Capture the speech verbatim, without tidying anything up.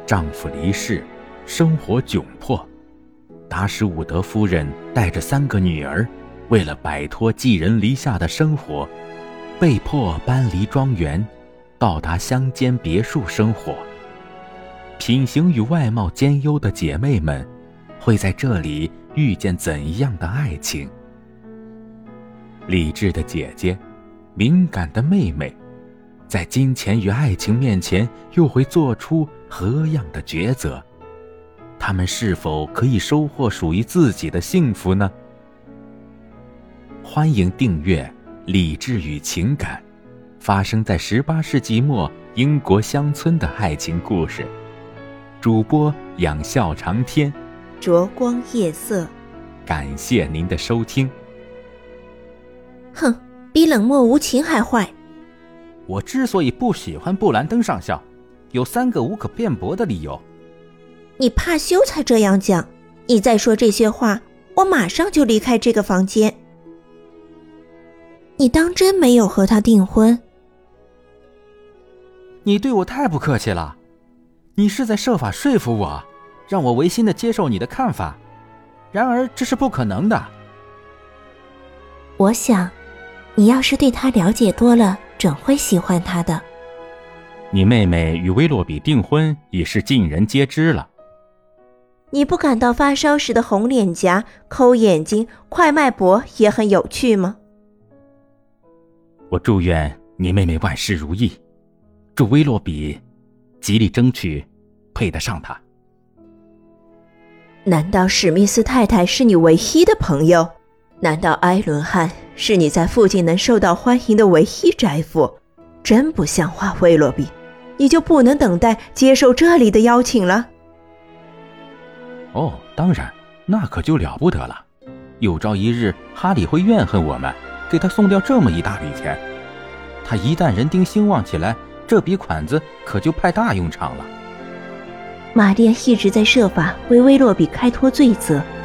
丈夫离世，生活窘迫。达什伍德夫人带着三个女儿，为了摆脱寄人篱下的生活，被迫搬离庄园，到达乡间别墅生活。品行与外貌兼优的姐妹们会在这里遇见怎样的爱情？理智的姐姐，敏感的妹妹，在金钱与爱情面前又会做出何样的抉择？她们是否可以收获属于自己的幸福呢？欢迎订阅《理智与情感》，发生在十八世纪末英国乡村的爱情故事。主播仰笑长天， 灼光夜色。 感谢您的收听。 哼，比冷漠无情还坏。 我之所以不喜欢布兰登上校，有三个无可辩驳的理由。 你怕羞才这样讲，你再说这些话，我马上就离开这个房间。你当真没有和他订婚？ 你对我太不客气了，你是在设法说服我，让我违心地接受你的看法，然而这是不可能的。 我想，你要是对他了解多了，准会喜欢他的。 你妹妹与威洛比订婚已是尽人皆知了。 你不感到发烧时的红脸颊、抠眼睛、快脉搏也很有趣吗？ 我祝愿你妹妹万事如意，祝威洛比极力争取配得上她。 难道史密斯太太是你唯一的朋友？难道埃伦汉是你在附近能受到欢迎的唯一宅夫？真不像话，威洛比，你就不能等待接受这里的邀请了？ 哦，当然，那可就了不得了。有朝一日哈里会怨恨我们给他送掉这么一大笔钱，他一旦人丁兴旺起来，这笔款子可就派大用场了。 玛丽安一直在设法为威洛比开脱罪责，